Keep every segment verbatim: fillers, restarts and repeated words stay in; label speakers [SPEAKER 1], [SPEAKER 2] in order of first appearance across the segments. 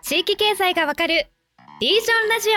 [SPEAKER 1] 地域経済がわかるリージョンラジ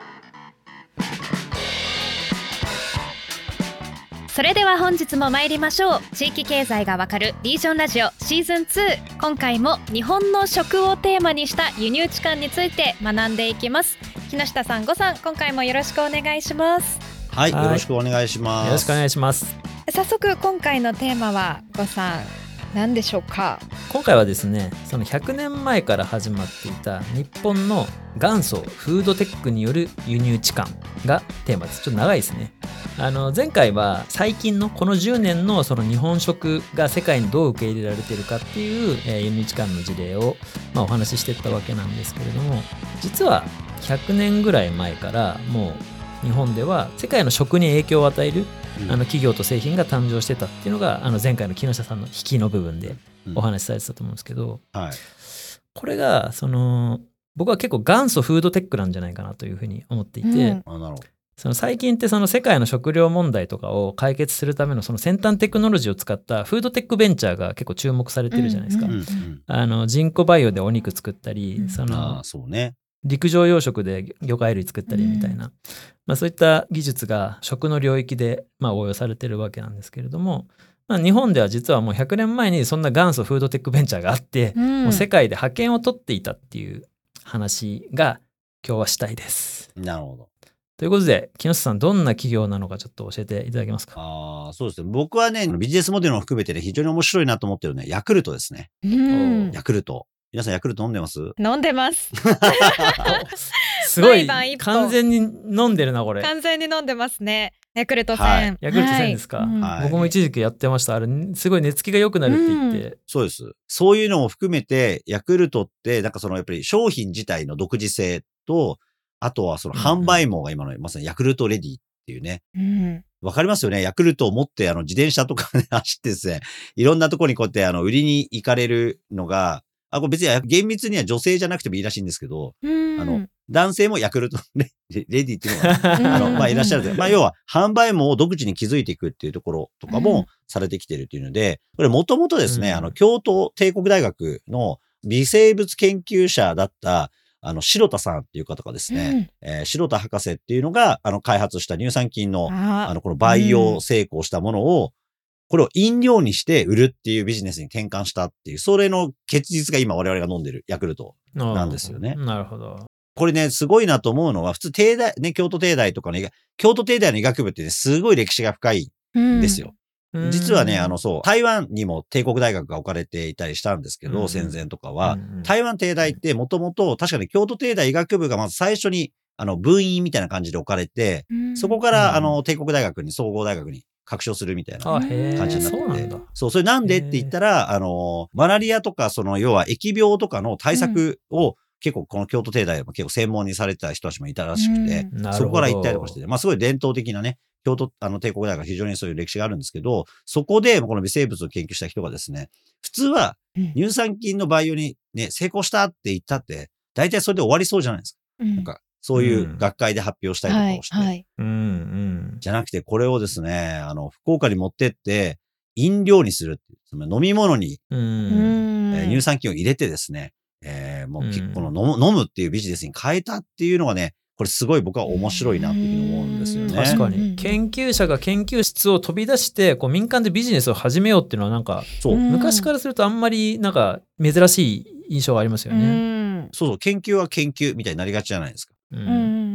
[SPEAKER 1] オ。それでは本日も参りましょう。地域経済がわかるリージョンラジオシーズンツー。今回も日本の食をテーマにした輸入置換について学んでいきます。木下さん、呉さん、今回もよろしくお願いします。
[SPEAKER 2] はい、よろしくお願いします。
[SPEAKER 3] よろしくお願いします。
[SPEAKER 1] 早速今回のテーマは呉さん、何でしょうか？
[SPEAKER 3] 今回はですね、そのひゃくねんまえから始まっていた日本の元祖フードテックによる輸入置換がテーマです。ちょっと長いですね。あの前回は最近のこのじゅうねんのその日本食が世界にどう受け入れられているかっていう、えー、輸入置換の事例を、まあ、お話ししていったわけなんですけれども、実はひゃくねんぐらい前からもう日本では世界の食に影響を与えるあの企業と製品が誕生してたっていうのがあの前回の木下さんの引きの部分でお話しされてたと思うんですけど、
[SPEAKER 2] うんはい、
[SPEAKER 3] これがその僕は結構元祖フードテックなんじゃないかなというふうに思っていて、うん、
[SPEAKER 2] あ、なるほど。
[SPEAKER 3] その最近ってその世界の食料問題とかを解決するためのその先端テクノロジーを使ったフードテックベンチャーが結構注目されてるじゃないですか、うんうんうん、あの人工培養でお肉作ったり、うん、その
[SPEAKER 2] あ、そうね、
[SPEAKER 3] 陸上養殖で魚介類作ったりみたいな、うんまあ、そういった技術が食の領域でまあ応用されてるわけなんですけれども、まあ、日本では実はもうひゃくねんまえにそんな元祖フードテックベンチャーがあって、うん、もう世界で覇権を取っていたっていう話が今日はしたいです。
[SPEAKER 2] なるほど。
[SPEAKER 3] ということで木下さん、どんな企業なのかちょっと教えていただけますか？
[SPEAKER 2] あ、そうですね、僕はねビジネスモデルも含めてね非常に面白いなと思ってるねヤクルトですね、
[SPEAKER 1] うん、
[SPEAKER 2] ヤクルト。皆さんヤクルト飲んでます？
[SPEAKER 1] 飲んでます
[SPEAKER 3] すごい完全に飲んでるなこれ。
[SPEAKER 1] 完全に飲んでますね、ヤクルトせん、
[SPEAKER 3] はい、ヤクルトせんですか、はい、僕も一時期やってました。あれすごい寝つきが良くなるって言って、うん、
[SPEAKER 2] そうです。そういうのも含めてヤクルトってなんかそのやっぱり商品自体の独自性と、あとはその販売網が今の、うん、まさにヤクルトレディっていうね、うん、わかりますよね。ヤクルトを持ってあの自転車とかね走ってですね、いろんなところにこうやってあの売りに行かれるのが、あ、これ別に厳密には女性じゃなくてもいいらしいんですけど、あの男性もヤクルトレディっていうのがあのまあいらっしゃる。まあ要は販売網を独自に築いていくっていうところとかもされてきてるっていうので、これもともとですね、あの京都帝国大学の微生物研究者だったあの白田さんっていう方がですね、うんえー、白田博士っていうのがあの開発した乳酸菌のあのこの培養成功したものを、これを飲料にして売るっていうビジネスに転換したっていう、それの結実が今我々が飲んでるヤクルトなんですよね。
[SPEAKER 3] なるほど。
[SPEAKER 2] これね、すごいなと思うのは、普通帝大、ね、京都帝大とかの、京都帝大の医学部ってね、すごい歴史が深いんですよ。うん、実はね、あの、そう、台湾にも帝国大学が置かれていたりしたんですけど、うん、戦前とかは、うん、台湾帝大ってもともと、確かに京都帝大医学部がまず最初に、あの、分院みたいな感じで置かれて、うん、そこから、あの、帝国大学に、総合大学に、拡張するみたいな感じになってて。そうなんだ。そう、それなんでって言ったら、あの、マラリアとか、その、要は疫病とかの対策を、結構この京都帝大でも結構専門にされてた人たちもいたらしくて、うん、そこから行ったりとかしてて、まあすごい伝統的なね、京都、あの帝国大学は非常にそういう歴史があるんですけど、そこでこの微生物を研究した人がですね、普通は乳酸菌の培養にね、成功したって言ったって、大体それで終わりそうじゃないですか。うん、なんかそういう学会で発表したりとかをして。うんはいはいうん、じゃなくて、これをですね、あの、福岡に持ってって、飲料にするっていう、つまり飲み物に、うんえー、乳酸菌を入れてですね、えー、もう結構の飲む、飲むっていうビジネスに変えたっていうのがね、これすごい僕は面白いなっていうふうに思うんですよね。
[SPEAKER 3] 確かに。研究者が研究室を飛び出して、こう民間でビジネスを始めようっていうのはなんか、そう昔からするとあんまりなんか珍しい印象がありますよね。
[SPEAKER 2] そうそう、研究は研究みたいになりがちじゃないですか。
[SPEAKER 3] うん、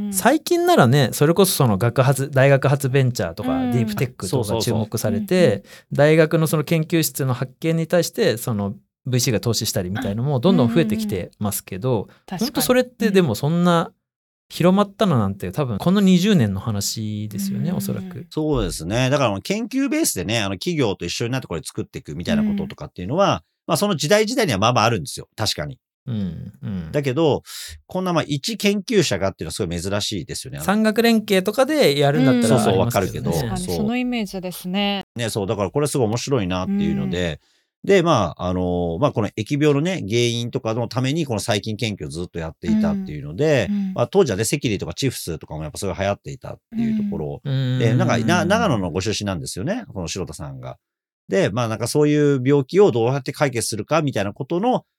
[SPEAKER 3] 最近ならね、それこそその学発大学発ベンチャーとかディープテックとか注目されて、大学のその研究室の発見に対してその ブイシー が投資したりみたいのもどんどん増えてきてますけど、本当それってでもそんな広まったのなんて多分このにじゅうねんの話ですよね、おそらく。
[SPEAKER 2] そうですね。だから研究ベースでね、あの企業と一緒になってこれ作っていくみたいなこととかっていうのは、まあその時代時代にはまあまああるんですよ。確かに。うんうん、だけど、こんなまあ一研究者がっていうのはすごい珍しいですよね。
[SPEAKER 3] 産学連携とかでやるんだったら、
[SPEAKER 2] うん、そうそうわかるけど、
[SPEAKER 1] そうそのイメージですね。
[SPEAKER 2] ね、そうだからこれすごい面白いなっていうので、うん、でまああのまあこの疫病のね原因とかのためにこの細菌研究をずっとやっていたっていうので、うんまあ当時はね赤痢とかチフスとかもやっぱすごい流行っていたっていうところ、うん、でなんかな長野のご出身なんですよね、この白田さんが。でまあなんかそういう病気をどうやって解決するかみたいなことの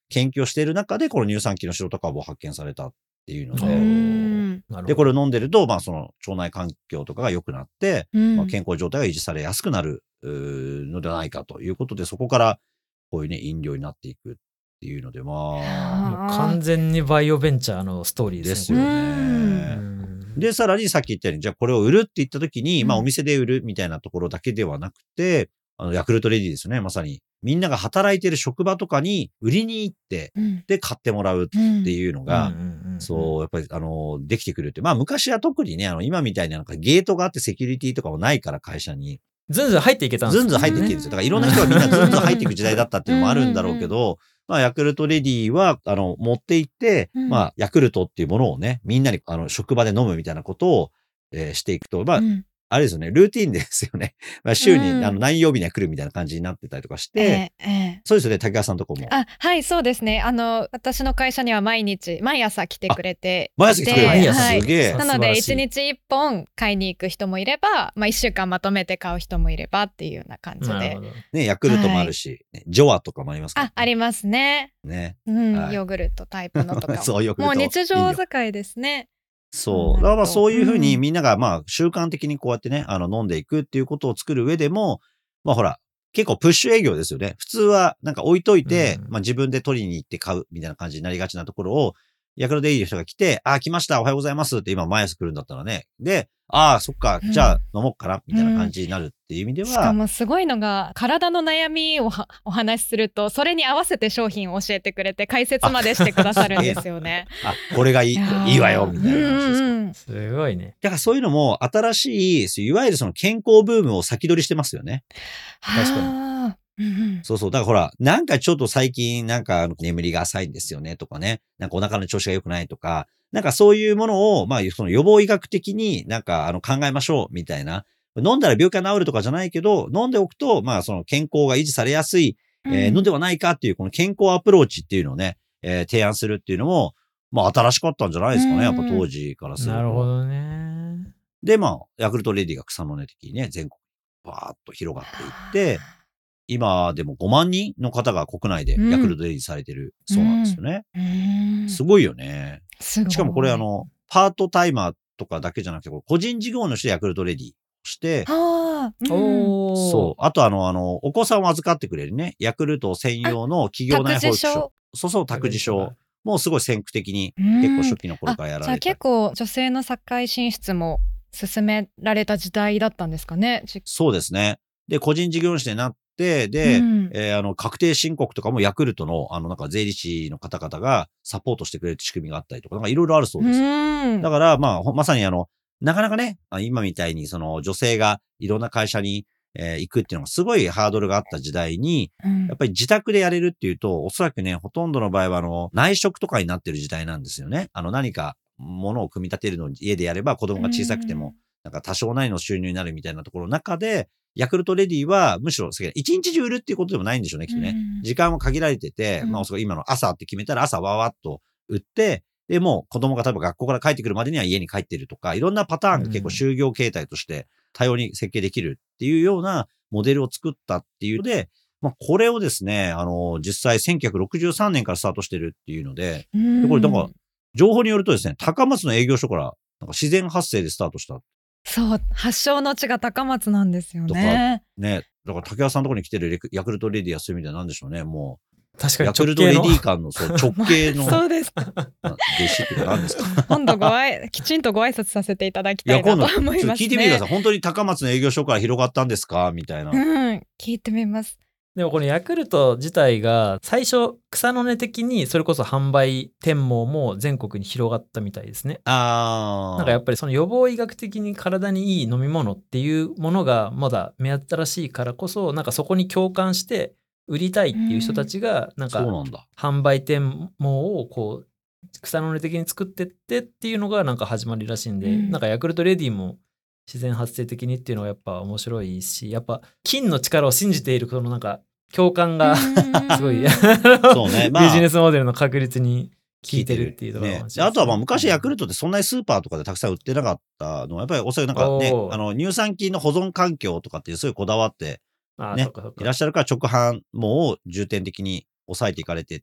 [SPEAKER 2] 研究をしている中で、この乳酸菌のシロタ株を発見されたっていうの
[SPEAKER 3] う
[SPEAKER 2] で、
[SPEAKER 3] ん
[SPEAKER 2] で、これを飲んでると、まあ、その腸内環境とかが良くなって、
[SPEAKER 1] うん
[SPEAKER 2] まあ、健康状態が維持されやすくなるうーのではないかということで、そこからこういうね、飲料になっていくっていうので、まあ、
[SPEAKER 3] もう完全にバイオベンチャーのストーリー
[SPEAKER 2] で
[SPEAKER 3] ですすね。
[SPEAKER 2] よ
[SPEAKER 3] これう
[SPEAKER 2] ね。
[SPEAKER 3] ん
[SPEAKER 2] で、さらにさっき言ったように、じゃあこれを売るって言った時に、まあ
[SPEAKER 1] うん
[SPEAKER 2] お店で売るみたいなところだけではなくて、あの、ヤクルトレディですよね、まさに。みんなが働いてる職場とかに売りに行って、
[SPEAKER 1] うん
[SPEAKER 2] で、買ってもらうっていうのが、
[SPEAKER 3] うんうんうん
[SPEAKER 2] そう、やっぱり、あの、できてくるって。まあ昔は特にね、あの、今みたいななんかゲートがあってセキュリティとかもないから会社に。
[SPEAKER 3] ずんずん入っていけたんですよ
[SPEAKER 2] ずんずん入っていけるんですよ。だからいろんな人がみんなずんずん入っていく時代だったっていうのもあるんだろうけど、まあ、ヤクルトレディは、あの、持って行って、
[SPEAKER 1] うん
[SPEAKER 2] まあ、ヤクルトっていうものをね、みんなに、あの、職場で飲むみたいなことを、えーしていくと、まあ、
[SPEAKER 1] うん
[SPEAKER 2] あれですよね、ルーティンですよね。まあ、週に、
[SPEAKER 1] うん
[SPEAKER 2] あの、何曜日には来るみたいな感じになってたりとかして、
[SPEAKER 1] ええええ
[SPEAKER 2] そうですよね、竹川さんとこも。
[SPEAKER 1] あ、はい、そうですね。あの、私の会社には毎日、毎朝来てくれていて。
[SPEAKER 2] 毎朝来てくれる
[SPEAKER 3] 毎朝
[SPEAKER 1] はい
[SPEAKER 2] すげえ。
[SPEAKER 1] なので、
[SPEAKER 3] 素晴らしい
[SPEAKER 1] いちにちいっぽん買いに行く人もいれば、まあ、いっしゅうかんまとめて買う人もいればっていうような感じで
[SPEAKER 3] なるほ。ど。
[SPEAKER 2] ね、ヤクルトもあるし、ねジョアとかもありますから、
[SPEAKER 1] あ、ありますね。
[SPEAKER 2] ね。
[SPEAKER 1] うん、
[SPEAKER 2] はい
[SPEAKER 1] ヨーグルトタイプのとかも。
[SPEAKER 2] そう、ヨーグルト。
[SPEAKER 1] もう日常使いですね。
[SPEAKER 2] そう。だからまあそういうふうに
[SPEAKER 1] うん
[SPEAKER 2] みんながまあ習慣的にこうやってね、あの飲んでいくっていうことを作る上でも、まあほら、結構プッシュ営業ですよね。普通はなんか置いといて、
[SPEAKER 3] うん
[SPEAKER 2] まあ自分で取りに行って買うみたいな感じになりがちなところを、ヤクルトデイリーの人が来て、ああ、来ました、おはようございますって今毎朝来るんだったらね。で、ああ、そっか、じゃあ飲もうかな、みたいな感じになるっていう意味では。
[SPEAKER 1] しかもすごいのが、体の悩みをはお話しすると、それに合わせて商品を教えてくれて、解説までしてくださるんですよね。
[SPEAKER 2] あ、これがいい、い
[SPEAKER 1] やー
[SPEAKER 2] いわよ、みたいな話ですか。
[SPEAKER 1] うんうん
[SPEAKER 3] すごいね。
[SPEAKER 2] だからそういうのも新しい、いわゆるその健康ブームを先取りしてますよね。
[SPEAKER 3] 確かに
[SPEAKER 1] に。うんうん
[SPEAKER 2] そうそう。だからほら、なんかちょっと最近なんかあの眠りが浅いんですよねとかね。なんかお腹の調子が良くないとか、なんかそういうものを、まあその予防医学的になんかあの考えましょうみたいな。飲んだら病気が治るとかじゃないけど、飲んでおくと、まあその健康が維持されやすい、えーのではないかっていうこの健康アプローチっていうのをね、えー提案するっていうのも、まあ新しかったんじゃないですかね。やっぱ当時からすると。
[SPEAKER 3] なるほどね。
[SPEAKER 2] で、まあ、ヤクルトレディが草の根的にね、全国にバーッと広がっていって、今でもごまんにんの方が国内でヤクルトレディされてるそうなんですよね。
[SPEAKER 1] うん
[SPEAKER 2] すごいよね。
[SPEAKER 1] すごい
[SPEAKER 2] しかもこれあの、パートタイマーとかだけじゃなくて、これ個人事業主でヤクルトレディをして、
[SPEAKER 1] はあ、うん
[SPEAKER 3] おー。
[SPEAKER 2] そう。あとあの、あの、お子さんを預かってくれるね、ヤクルト専用の企業内保育所。そうそう、託児所。もうすごい先駆的に、結構初期の頃からやられて。
[SPEAKER 1] じゃあ結構女性の社会進出も進められた時代だったんですかね。
[SPEAKER 2] そうですね。で、個人事業主になって、で、
[SPEAKER 1] うん
[SPEAKER 2] えーあの、確定申告とかもヤクルトの、あの、なんか税理士の方々がサポートしてくれる仕組みがあったりとか、なんかいろいろあるそうです。
[SPEAKER 1] うん
[SPEAKER 2] だから、まあ、ほまさにあの、なかなかね、あ今みたいにその女性がいろんな会社に、えー行くっていうのがすごいハードルがあった時代に、
[SPEAKER 1] うん
[SPEAKER 2] やっぱり自宅でやれるっていうと、おそらくね、ほとんどの場合はあの、内職とかになってる時代なんですよね。あの、何か物を組み立てるのを家でやれば子供が小さくても、なんか多少なりの収入になるみたいなところの中で、ヤクルトレディはむしろ一日中売るっていうことでもないんでしょうね、きっとね。
[SPEAKER 1] うん
[SPEAKER 2] 時間は限られてて、
[SPEAKER 1] うん
[SPEAKER 2] まあおそらく今の朝って決めたら朝わわっと売って、で、もう子供が例えば学校から帰ってくるまでには家に帰ってるとか、いろんなパターンが結構就業形態として多様に設計できるっていうようなモデルを作ったっていうので、まあこれをですね、あの、実際せんきゅうひゃくろくじゅうさんねんからスタートしてるっていうので、でこれなんか、情報によるとですね、高松の営業所からなんか自然発生でスタートした。
[SPEAKER 1] そう、発祥の地が高松なんですよね。
[SPEAKER 2] ね。だから竹谷さんのところに来てるレクヤクルトレディはそういう意味では何でしょうね。もう、
[SPEAKER 3] 確かに
[SPEAKER 2] ヤクル
[SPEAKER 3] 直系の
[SPEAKER 2] トレディ間のそう直系の
[SPEAKER 1] そうです。
[SPEAKER 2] な弟子っていうか何ですか。
[SPEAKER 1] 今度ごあいきちんとご挨拶させていただき
[SPEAKER 2] いや、
[SPEAKER 1] たいな
[SPEAKER 2] 今度、
[SPEAKER 1] と思いますね。
[SPEAKER 2] ちょっと聞いてみてください。本当に高松の営業所から広がったんですかみたいな。
[SPEAKER 1] うん、聞いてみます。
[SPEAKER 3] でもこのヤクルト自体が最初草の根的にそれこそ販売店網も全国に広がったみたいですね。
[SPEAKER 2] あー。
[SPEAKER 3] なんかやっぱりその予防医学的に体にいい飲み物っていうものがまだ目新しいからこそ、なんかそこに共感して売りたいっていう人たちがなんか
[SPEAKER 2] そうなんだ。
[SPEAKER 3] 販売店網をこう草の根的に作ってってっていうのがなんか始まりらしいんで、
[SPEAKER 1] うん
[SPEAKER 3] なんかヤクルトレディも自然発生的にっていうのはやっぱ面白いし、やっぱ菌の力を信じているこのなんか共感がすごい
[SPEAKER 2] そうね。まあ、
[SPEAKER 3] ビジネスモデルの確率に効いてるっていうところが
[SPEAKER 2] ね
[SPEAKER 3] 面白いですね。
[SPEAKER 2] あとはまあ昔ヤクルトってそんなにスーパーとかでたくさん売ってなかったのは、やっぱりおそらくなんかね
[SPEAKER 3] お、ー
[SPEAKER 2] あの乳酸菌の保存環境とかってすごいこだわって
[SPEAKER 3] あー
[SPEAKER 2] ね
[SPEAKER 3] そっかそっか
[SPEAKER 2] いらっしゃるから直販網を重点的に抑えていかれてたっ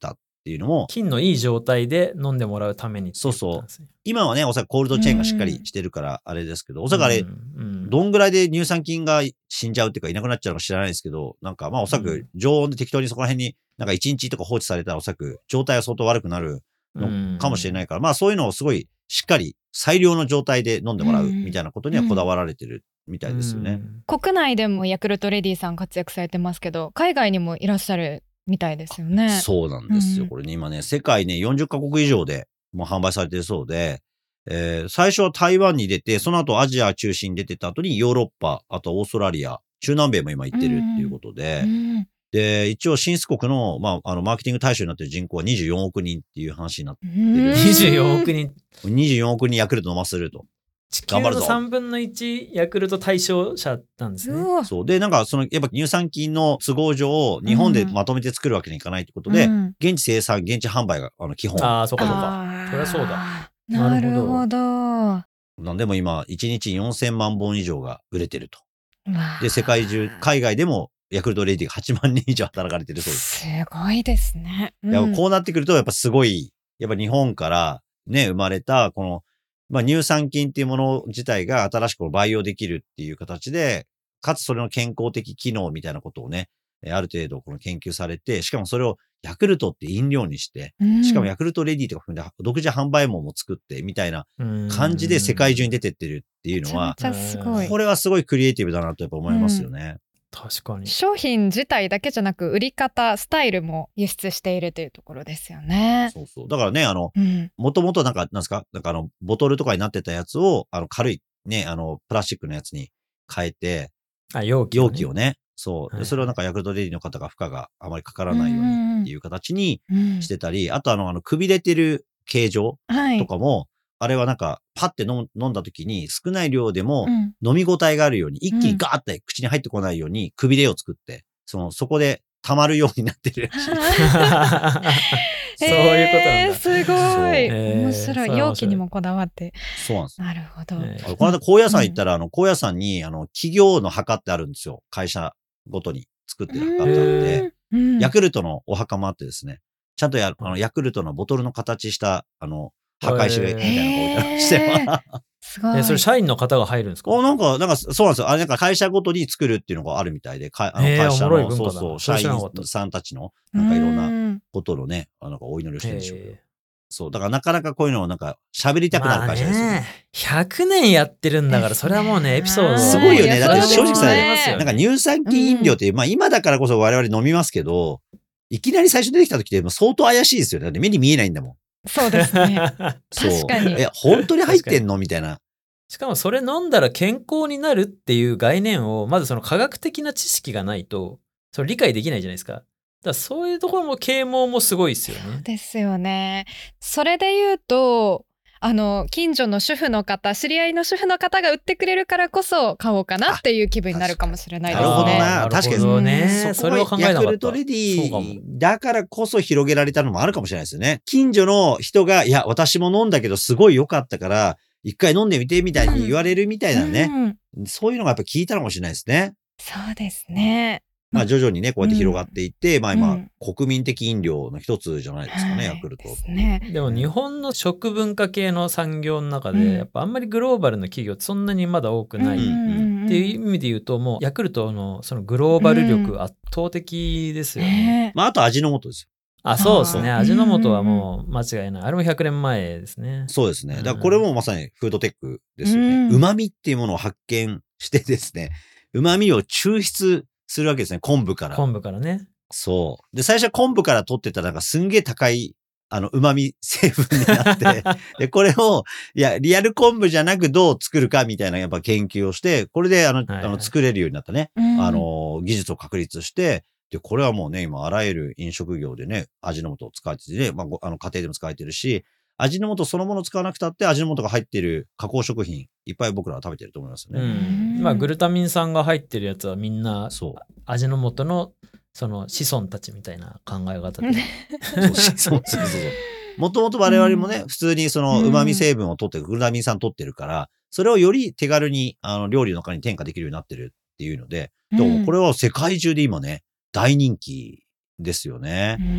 [SPEAKER 2] っていうのも。
[SPEAKER 3] 菌のいい状態で飲んでもらうためにっていうことなんですね。
[SPEAKER 2] そうそう。今はね、おそらくコールドチェーンがしっかりしてるからあれですけど、おそらくあれ、どんぐらいで乳酸菌が死んじゃうっていうかいなくなっちゃうのか知らないですけど、なんかまあおそらく常温で適当にそこら辺になんかいちにちとか放置されたらおそらく状態は相当悪くなるのかもしれないから、まあそういうのをすごいしっかり最良の状態で飲んでもらうみたいなことにはこだわられてるみたいですよね。
[SPEAKER 1] 国内でもヤクルトレディさん活躍されてますけど、海外にもいらっしゃるみたいですよね。
[SPEAKER 2] そうなんですよ。これね、今ね、世界ね、よんじゅっかこく以上でもう販売されてるそうで、えー、最初は台湾に出て、その後アジア中心に出てた後にヨーロッパ、あとオーストラリア、中南米も今行ってるっていうことで、うんうん、で、一応進出国の、まあ、あの、マーケティング対象になってる人口はにじゅうよんおくにんっていう話になってる。に
[SPEAKER 3] じゅうよんおくにん ?
[SPEAKER 2] にじゅうよんおくにんヤクルト飲ませると。
[SPEAKER 3] 地球のさんぶんのいちヤクルト対象者なんですね。
[SPEAKER 2] そう。で、なんか、その、やっぱ乳酸菌の都合上、日本でまとめて作るわけにいかないってことで、うん、現地生産、現地販売が、あの、基本。
[SPEAKER 3] ああ、そうかそうか。そりゃそうだ。
[SPEAKER 1] なるほど。
[SPEAKER 2] なんでも今、いちにちよんせんまんぼん以上が売れてると。で、世界中、海外でも、ヤクルトレディがはちまんにん以上働かれてるそうです。
[SPEAKER 1] すごいですね。
[SPEAKER 2] うん、やっぱこうなってくると、やっぱすごい、やっぱ日本からね、生まれた、この、まあ、乳酸菌っていうもの自体が新しく培養できるっていう形で、かつそれの健康的機能みたいなことをね、ある程度この研究されて、しかもそれをヤクルトって飲料にして、うん、しかもヤクルトレディとか踏んで独自販売網も作ってみたいな感じで世界中に出てってるっていうのは、
[SPEAKER 1] めちゃめちゃすごい。
[SPEAKER 2] これはすごいクリエイティブだなとやっぱ思いますよね。
[SPEAKER 3] うん、確かに。
[SPEAKER 1] 商品自体だけじゃなく売り方、スタイルも輸出しているというところですよね。
[SPEAKER 2] そうそう。だからね、あの、もともとなんか、なんですか、なんかあの、ボトルとかになってたやつを、あの、軽いね、あの、プラスチックのやつに変えて、
[SPEAKER 3] あ、容器、
[SPEAKER 2] ね、容器をね、そう。はい、それをなんかヤクルトレディの方が負荷があまりかからないようにっていう形にしてたり、あとあの、あの、くびれてる形状とかも、はい、あれはなんか、パッて飲んだ時に少ない量でも飲み応えがあるように、うん、一気にガーって口に入ってこないように、くびれを作って、その、そこで溜まるようになってるらしい。
[SPEAKER 3] そういうことなんだ。
[SPEAKER 1] すごい。面白い。容器にもこだわって。
[SPEAKER 2] そうなんです。
[SPEAKER 1] なるほど。
[SPEAKER 2] えー、この間、高野山行ったら、あの、高野山に、あの、企業の墓ってあるんですよ。会社ごとに作ってる墓ってあって、ヤクルトのお墓もあってですね、ちゃんとや、あの、ヤクルトのボトルの形した、あの、墓石みたいなのが置いてありまして、
[SPEAKER 1] すごい。
[SPEAKER 3] え、それ社員の方が入るんですか？
[SPEAKER 2] お、なんか、なんか、そうなんですよ。あれ、なんか会社ごとに作るっていうのがあるみたいで、かあの会社の、そうそう、社員さんたちの、なんかいろんなことのね、なんかお祈りをしてるんでしょうけど。そう、だからなかなかこういうのをなんか喋りたくなる会社ですよね。まあね、
[SPEAKER 3] ひゃくねんやってるんだから、それはもうね、エピソード
[SPEAKER 2] すごいよね。だって正直さ、なんか乳酸菌飲料って、まあ今だからこそ我々飲みますけど、いきなり最初出てきた時って相当怪しいですよね。だって目に見えないんだもん。
[SPEAKER 1] そうですね。
[SPEAKER 2] そう。
[SPEAKER 1] 確かに。
[SPEAKER 2] え、本当に入ってんのみたいな。
[SPEAKER 3] しかもそれ飲んだら健康になるっていう概念を、まずその科学的な知識がないと、それ理解できないじゃないですか。だからそういうところも啓蒙もすごいですよね。
[SPEAKER 1] そうですよね。それで言うと、あの、近所の主婦の方、知り合いの主婦の方が売ってくれるからこそ買おうかなっていう気分になるかもしれないですね。
[SPEAKER 2] なるほどな。確かに
[SPEAKER 3] ね。それを考えなかった。
[SPEAKER 2] ヤクルトレディだからこそ広げられたのもあるかもしれないですよね。近所の人が、いや、私も飲んだけどすごい良かったから、一回飲んでみてみたいに言われるみたいなね、うんうん。そういうのがやっぱ聞いたのかもしれないですね。
[SPEAKER 1] そうですね。
[SPEAKER 2] まあ徐々にね、こうやって広がっていって、うん、まあ今、うん、国民的飲料の一つじゃないですかね、ヤクルト。
[SPEAKER 1] ですね。
[SPEAKER 3] でも日本の食文化系の産業の中で、うん、やっぱあんまりグローバルな企業ってそんなにまだ多くないっていう意味で言うと、もうヤクルトのそのグローバル力圧倒的ですよね。
[SPEAKER 2] うん、まああと味の素ですよ。
[SPEAKER 3] あ、そうですね。味の素はもう間違いない。あれもひゃくねんまえですね。
[SPEAKER 2] そうですね。だからこれもまさにフードテックですよね。うまみっていうものを発見してですね、うまみを抽出するわけですね。昆布から。
[SPEAKER 3] 昆布からね。
[SPEAKER 2] そう。で、最初は昆布から取ってたらなんかすんげえ高い、あの、旨味成分になって、で、これを、いや、リアル昆布じゃなくどう作るかみたいなやっぱ研究をして、これであの、はいはい、あの作れるようになったね、うん、あの、技術を確立して、で、これはもうね、今、あらゆる飲食業でね、味の素を使われてて、ね、まあ、あの、家庭でも使われてるし、味の素そのものを使わなくたって味の素が入っている加工食品、いっぱい僕らは食べてると思いますよね。
[SPEAKER 3] うん。まあ、グルタミン酸が入ってるやつはみんな、そう。味の素の、その子孫たちみたいな考え方で。
[SPEAKER 2] そうそうそうそう。もともと我々もね、うん、普通にその旨味成分を取って、グルタミン酸取ってるから、それをより手軽に、あの、料理の中に添加できるようになってるっていうので、でもこれは世界中で今ね、大人気ですよね。
[SPEAKER 1] うん。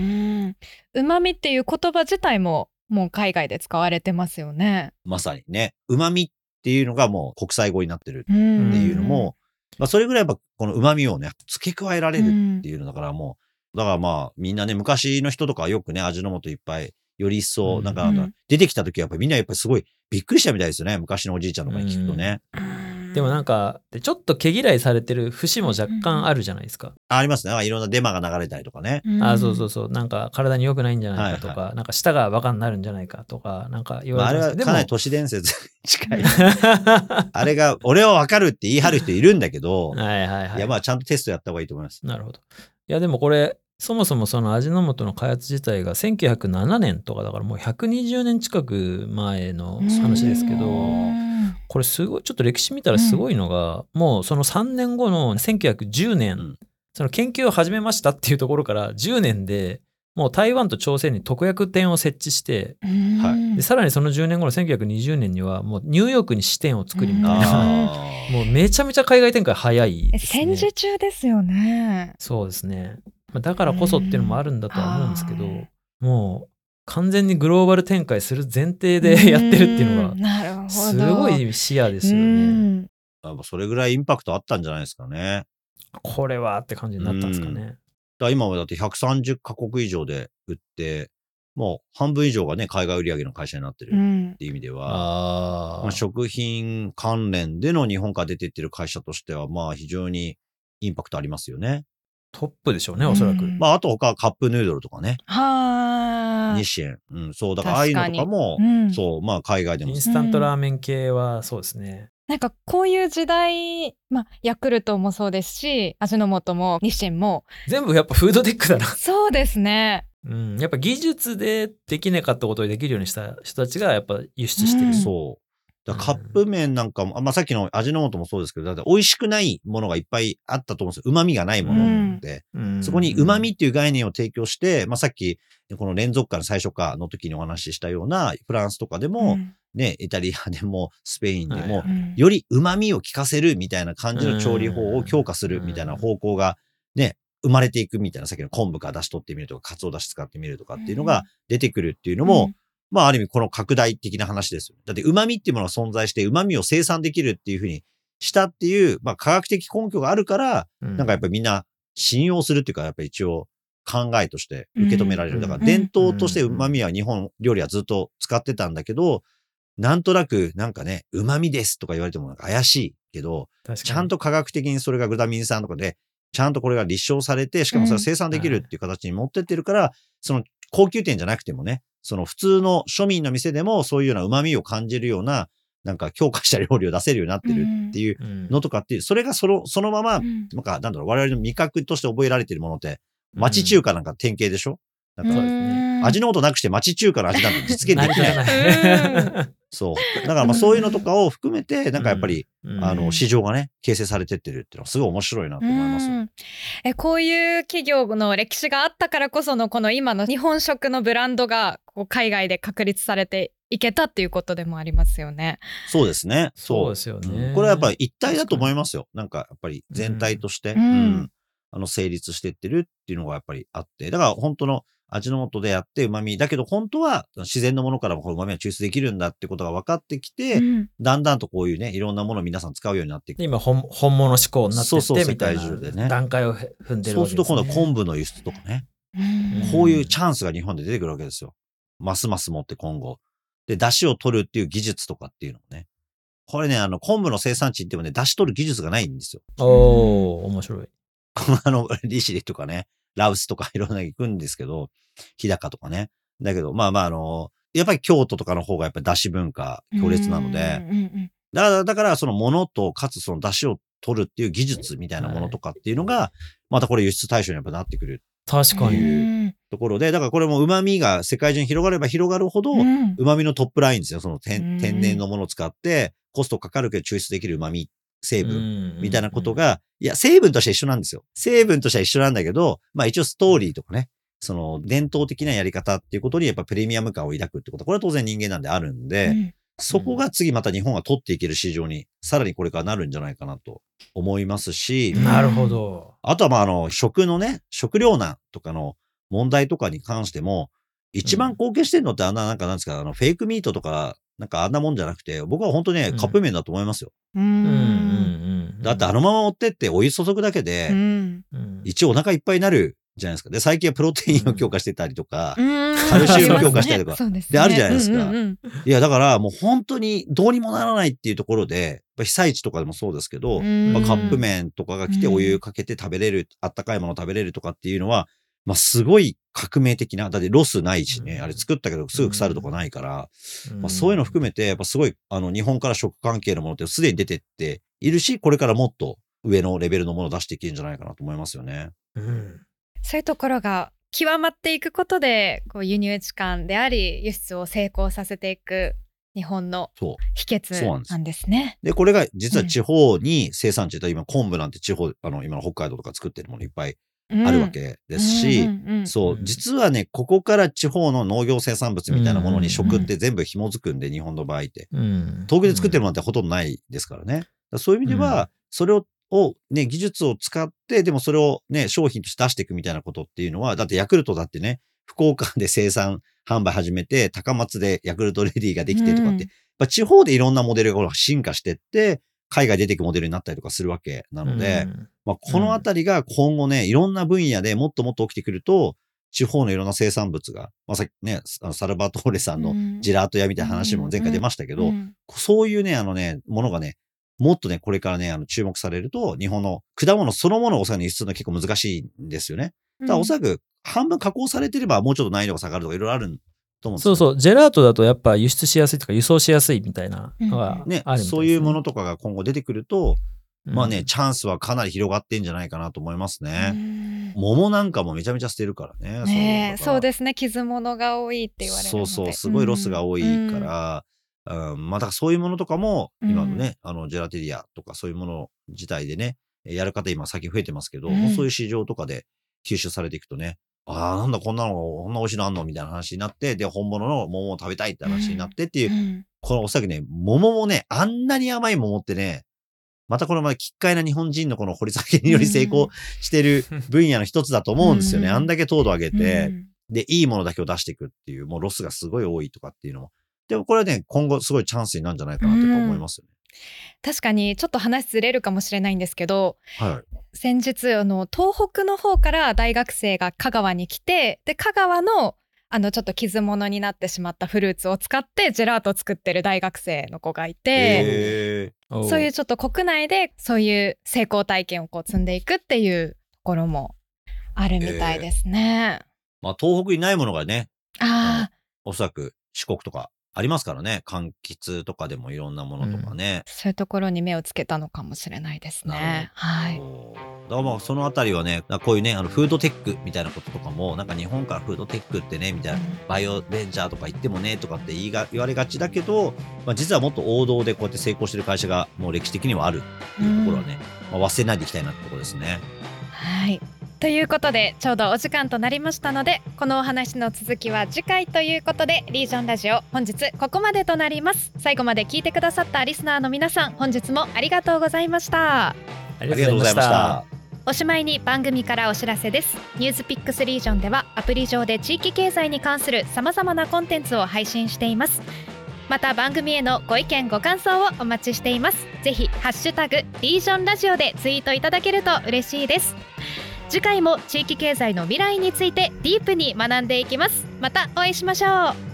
[SPEAKER 1] 旨味っていう言葉自体ももう海外で使われてますよね。
[SPEAKER 2] まさにね。旨味っていうのがもう国際語になってるって
[SPEAKER 1] うん。
[SPEAKER 2] いうのも、まあそれぐらいやっぱこの旨味をね、付け加えられるっていうのだからもう、だからまあみんなね、昔の人とかはよくね、味の素いっぱい、より一層、なんか、
[SPEAKER 1] うん、
[SPEAKER 2] 出てきた時はやっぱりみんなやっぱりすごいびっくりしたみたいですよね。昔のおじいちゃんとかに聞くとね。
[SPEAKER 3] でもなんか、ちょっと毛嫌いされてる節も若干あるじゃないですか。
[SPEAKER 2] ありますね。なんかいろんなデマが流れたりとかね。
[SPEAKER 1] うん、
[SPEAKER 3] あ、そうそうそう。なんか体に良くないんじゃないかとか、
[SPEAKER 2] はいはい、
[SPEAKER 3] なんか舌がバカになるんじゃないかとか、なんか言われてますけど、
[SPEAKER 2] まあ、あれはかなり都市伝説に近い。あれが、俺はわかるって言い張る人いるんだけど、
[SPEAKER 3] はいはいはい。
[SPEAKER 2] いやまあちゃんとテストやった方がいいと思います。
[SPEAKER 3] なるほど。いやでもこれ、そもそもその味の素の開発自体がせんきゅうひゃくななねんとかだからもうひゃくにじゅうねん近く前の話ですけど、これすごい、ちょっと歴史見たらすごいのが、うん、もうそのさんねんごのせんきゅうひゃくじゅうねん、うん、その研究を始めましたっていうところからじゅうねんでもう台湾と朝鮮に特約店を設置して、はい、でさらにそのじゅうねんごのせんきゅうひゃくにじゅうねんにはもうニューヨークに支店を作りみたいな、もうめちゃめちゃ海外展開早いですね。
[SPEAKER 1] 戦時中ですよね。
[SPEAKER 3] そうですね。だからこそっていうのもあるんだとは思うんですけど、もう完全にグローバル展開する前提でやってるっていうのがすごい視野ですよね。
[SPEAKER 2] それぐらいインパクトあったんじゃないですかね。
[SPEAKER 3] これはって感じになったんですかね。
[SPEAKER 2] だ今はだってひゃくさんじゅっカ国以上で売って、もう半分以上がね、海外売上の会社になってるっていう意味では、うんあまあ、食品関連での日本から出ていってる会社としては、まあ非常にインパクトありますよね。
[SPEAKER 3] トップでしょうね、おそらく。
[SPEAKER 2] まあ、あと他カップヌードルとかね。
[SPEAKER 1] は
[SPEAKER 2] 日清。うん、そう、だからああいうのとかも、うん、そう、まあ海外でも。
[SPEAKER 3] インスタントラーメン系はそうですね。
[SPEAKER 1] なんかこういう時代、まあ、ヤクルトもそうですし、味の素も日清も。
[SPEAKER 3] 全部やっぱフードテックだな。
[SPEAKER 1] そうですね。
[SPEAKER 3] うん、やっぱ技術でできなかったことをできるようにした人たちがやっぱ輸出してる。うん、
[SPEAKER 2] そう。だカップ麺なんかも、まあ、さっきの味の素もそうですけど、だって美味しくないものがいっぱいあったと思うんですよ。旨味がないもので。うん、そこに旨味っていう概念を提供して、まあ、さっき、この連続化の最初化の時にお話ししたような、フランスとかでも、うんね、イタリアでもスペインでも、はい、より旨味を効かせるみたいな感じの調理法を強化するみたいな方向がね、生まれていくみたいな、さっきの昆布から出し取ってみるとか、カツオ出し使ってみるとかっていうのが出てくるっていうのも、うん、まあある意味この拡大的な話ですよ。だって旨味っていうものが存在して旨味を生産できるっていうふうにしたっていう、まあ科学的根拠があるから、うん、なんかやっぱりみんな信用するっていうか、やっぱり一応考えとして受け止められる。だから伝統として旨味は日本料理はずっと使ってたんだけど、なんとなく、なんかね、旨味ですとか言われてもなんか怪しいけど、ちゃんと科学的にそれがグルタミン酸とかで、ちゃんとこれが立証されて、しかもそれは生産できるっていう形に持ってってるから、うん、その高級店じゃなくてもね、その普通の庶民の店でもそういうような旨味を感じるような、なんか強化した料理を出せるようになってるっていうのとかっていう、それがその、そのまま、なんか、なんだろう、我々の味覚として覚えられているものって、町中華なんか典型でしょ？なんか、ね、味の素なくして町中華の味なんて実現できない。そう。だからまあそういうのとかを含めて、なんかやっぱり、うん、あの、市場がね、形成されてってるっていうのはすごい面白いなと思います。
[SPEAKER 1] え、こういう企業の歴史があったからこそのこの今の日本食のブランドがこう海外で確立されていけたっていうことでもありますよね。
[SPEAKER 2] そうですね。
[SPEAKER 3] そうですよね。
[SPEAKER 2] うん、これはやっぱり一体だと思いますよ。なんかやっぱり全体として、うん、うん、あの、成立してってるっていうのがやっぱりあって、だから本当の味の素でやって旨味だけど本当は自然のものからもこの旨味は抽出できるんだってことが分かってきて、うん、だんだんとこういうねいろんなものを皆さん使うようになってきて
[SPEAKER 3] 今本物志向になってってみたいな
[SPEAKER 2] 世界中でね
[SPEAKER 3] 段階を踏んでるわけですね。
[SPEAKER 2] そうすると今度は昆布の輸出とかね、うん、こういうチャンスが日本で出てくるわけですよ。ますますもって今後で出汁を取るっていう技術とかっていうのもね、これねあの昆布の生産地ってもね出汁取る技術がないんですよ。
[SPEAKER 3] おー面白い。
[SPEAKER 2] あの利尻とかねラウスとかいろんな行くんですけど、日高とかね。だけど、まあまあ、あの、やっぱり京都とかの方がやっぱり出汁文化強烈なので、だから、だからそのものと、かつその出汁を取るっていう技術みたいなものとかっていうのが、またこれ輸出対象にやっぱなってくる。
[SPEAKER 3] 確かに。
[SPEAKER 2] いうところで、だからこれも旨味が世界中に広がれば広がるほど、旨味のトップラインですよ。その天然のものを使って、コストかかるけど抽出できる旨味。成分みたいなことが、いや、成分としては一緒なんですよ。成分としては一緒なんだけど、まあ一応ストーリーとかね、その伝統的なやり方っていうことにやっぱプレミアム感を抱くってことは、これは当然人間なんであるんで、うん、 そこが次また日本が取っていける市場にさらにこれからなるんじゃないかなと思いますし、
[SPEAKER 3] なるほど。
[SPEAKER 2] あとはまああの食のね、食糧難とかの問題とかに関しても、一番貢献してるのってあんななんかなんですか、あのフェイクミートとかなんかあんなもんじゃなくて、僕は本当ね、
[SPEAKER 3] うん
[SPEAKER 2] カップ麺だと思いますよ。
[SPEAKER 1] うん
[SPEAKER 3] うんうんうん。
[SPEAKER 2] だってあのまま持ってってお湯注ぐだけで、
[SPEAKER 1] うん
[SPEAKER 3] うん
[SPEAKER 2] 一応お腹いっぱいになるじゃないですか。で、最近はプロテインを強化してたりとか、
[SPEAKER 1] うん
[SPEAKER 2] カルシウム強化したりとか
[SPEAKER 1] そうですね
[SPEAKER 2] であるじゃないですか
[SPEAKER 1] うんうんうん
[SPEAKER 2] いや、だからもう本当にどうにもならないっていうところで、やっぱ被災地とかでもそうですけど、
[SPEAKER 1] うん
[SPEAKER 2] まあ、カップ麺とかが来て
[SPEAKER 1] うん
[SPEAKER 2] お湯かけて食べれる、あったかいもの食べれるとかっていうのは、まあすごい革命的な、だってロスないしね、
[SPEAKER 3] うん
[SPEAKER 2] あれ作ったけどすぐ腐るとかないから、
[SPEAKER 3] うん
[SPEAKER 2] まあそういうの含めて、やっぱすごい、あの日本から食関係のものってすでに出てっているし、これからもっと上のレベルのものを出していけるんじゃないかなと思いますよね。
[SPEAKER 3] うん
[SPEAKER 1] そういうところが極まっていくことで、こう輸入地間であり輸出を成功させていく日本の
[SPEAKER 2] そう。
[SPEAKER 1] 秘訣なんですね。
[SPEAKER 2] で、これが実は地方に生産地で、今昆布なんて地方、あの今の北海道とか作ってるものいっぱいあるわけですし、
[SPEAKER 1] うんうんうん
[SPEAKER 2] そうう、
[SPEAKER 3] ん
[SPEAKER 2] 実はね、ここから地方の農業生産物みたいなものに食って全部紐づくんで、日本の場合って。
[SPEAKER 3] うん
[SPEAKER 2] 東京で作ってるものってほとんどないですからね。だからそういう意味では、それを、をね、技術を使って、でもそれをね、商品として出していくみたいなことっていうのは、だってヤクルトだってね、福岡で生産販売始めて、高松でヤクルトレディができてとかって、
[SPEAKER 1] うん
[SPEAKER 2] やっぱ地方でいろんなモデルが進化してって、海外出ていくモデルになったりとかするわけなので、
[SPEAKER 3] うん
[SPEAKER 2] まあ、このあたりが今後ね、いろんな分野でもっともっと起きてくると、地方のいろんな生産物が、まあ、さっきね、あのサルバトーレさんのジェラート屋みたいな話も前回出ましたけど、
[SPEAKER 1] うん
[SPEAKER 2] そういうね、あのね、ものがね、もっとね、これからね、あの、注目されると、日本の果物そのものをおそらく輸出するのは結構難しいんですよね。だからおそらく半分加工されてればもうちょっと難易度が下がるとかいろいろあると思うんですよ。
[SPEAKER 3] そうそう、ジェラートだとやっぱ輸出しやすいとか輸送しやすいみたいなのがあるみたい
[SPEAKER 2] ね、
[SPEAKER 3] ですね。
[SPEAKER 2] そういうものとかが今後出てくると、
[SPEAKER 3] うん
[SPEAKER 2] まあね、チャンスはかなり広がってんじゃないかなと思います
[SPEAKER 1] う
[SPEAKER 2] ね。
[SPEAKER 1] ん
[SPEAKER 2] 桃なんかもめちゃめちゃ捨てるからね。
[SPEAKER 1] ねえ、そう
[SPEAKER 2] す。
[SPEAKER 1] ですね。傷物が多いって言われるので。
[SPEAKER 2] そうそう、すごいロスが多いから、うん、まあだからそういうものとかも、
[SPEAKER 1] うん
[SPEAKER 2] 今のね、あの、ジェラテリアとかそういうもの自体でね、やる方今最近増えてますけど、
[SPEAKER 1] うん
[SPEAKER 2] そういう市場とかで吸収されていくとね、ああ、なんだこんなの、こんな美味しいのあんのみたいな話になって、で、本物の桃を食べたいって話になってっていう、
[SPEAKER 1] うん
[SPEAKER 2] このおそらくね、桃もね、あんなに甘い桃ってね、またこのまあ、奇怪な日本人のこの掘り下げにより成功してる分野の一つだと思うんですよね。
[SPEAKER 1] うん
[SPEAKER 2] あんだけ糖度上げて、
[SPEAKER 1] うん
[SPEAKER 2] で、いいものだけを出していくっていう、もうロスがすごい多いとかっていうのも。でもこれはね、今後すごいチャンスになるんじゃないかなってやっぱ思いますよね。
[SPEAKER 1] 確かにちょっと話ずれるかもしれないんですけど、
[SPEAKER 2] はい。
[SPEAKER 1] 先日あの東北の方から大学生が香川に来て、で香川のあのちょっと傷物になってしまったフルーツを使ってジェラートを作ってる大学生の子がいて、
[SPEAKER 2] へー
[SPEAKER 3] おう
[SPEAKER 1] そういうちょっと国内でそういう成功体験をこう積んでいくっていうところもあるみたいですね。
[SPEAKER 2] まあ、東北にないものがね、
[SPEAKER 1] ああ、
[SPEAKER 2] おそらく四国とかありますからね。柑橘とかでもいろんなものとかね。
[SPEAKER 1] そういうところに目をつけたのかもしれないですね。はい。
[SPEAKER 2] だからまあそのあたりはね、こういうね、あのフードテックみたいなこととかも、なんか日本からフードテックってね、みたいな、バイオベンチャーとか言ってもね、とかって言いが言われがちだけど、まあ、実はもっと王道でこうやって成功してる会社がもう歴史的にはあるっていうところはね、まあ、忘れないでいきたいなってところですね。
[SPEAKER 1] はい。ということでちょうどお時間となりましたので、このお話の続きは次回ということで、リージョンラジオ本日ここまでとなります。最後まで聞いてくださったリスナーの皆さん、本日もありがとうございました。
[SPEAKER 3] あ
[SPEAKER 2] ありがとうございました。
[SPEAKER 1] おしまいに番組からお知らせです。ニュースピックスリージョンではアプリ上で地域経済に関するさまざまなコンテンツを配信しています。また番組へのご意見ご感想をお待ちしています。ぜひハッシュタグリージョンラジオでツイートいただけると嬉しいです。次回も地域経済の未来についてディープに学んでいきます。またお会いしましょう。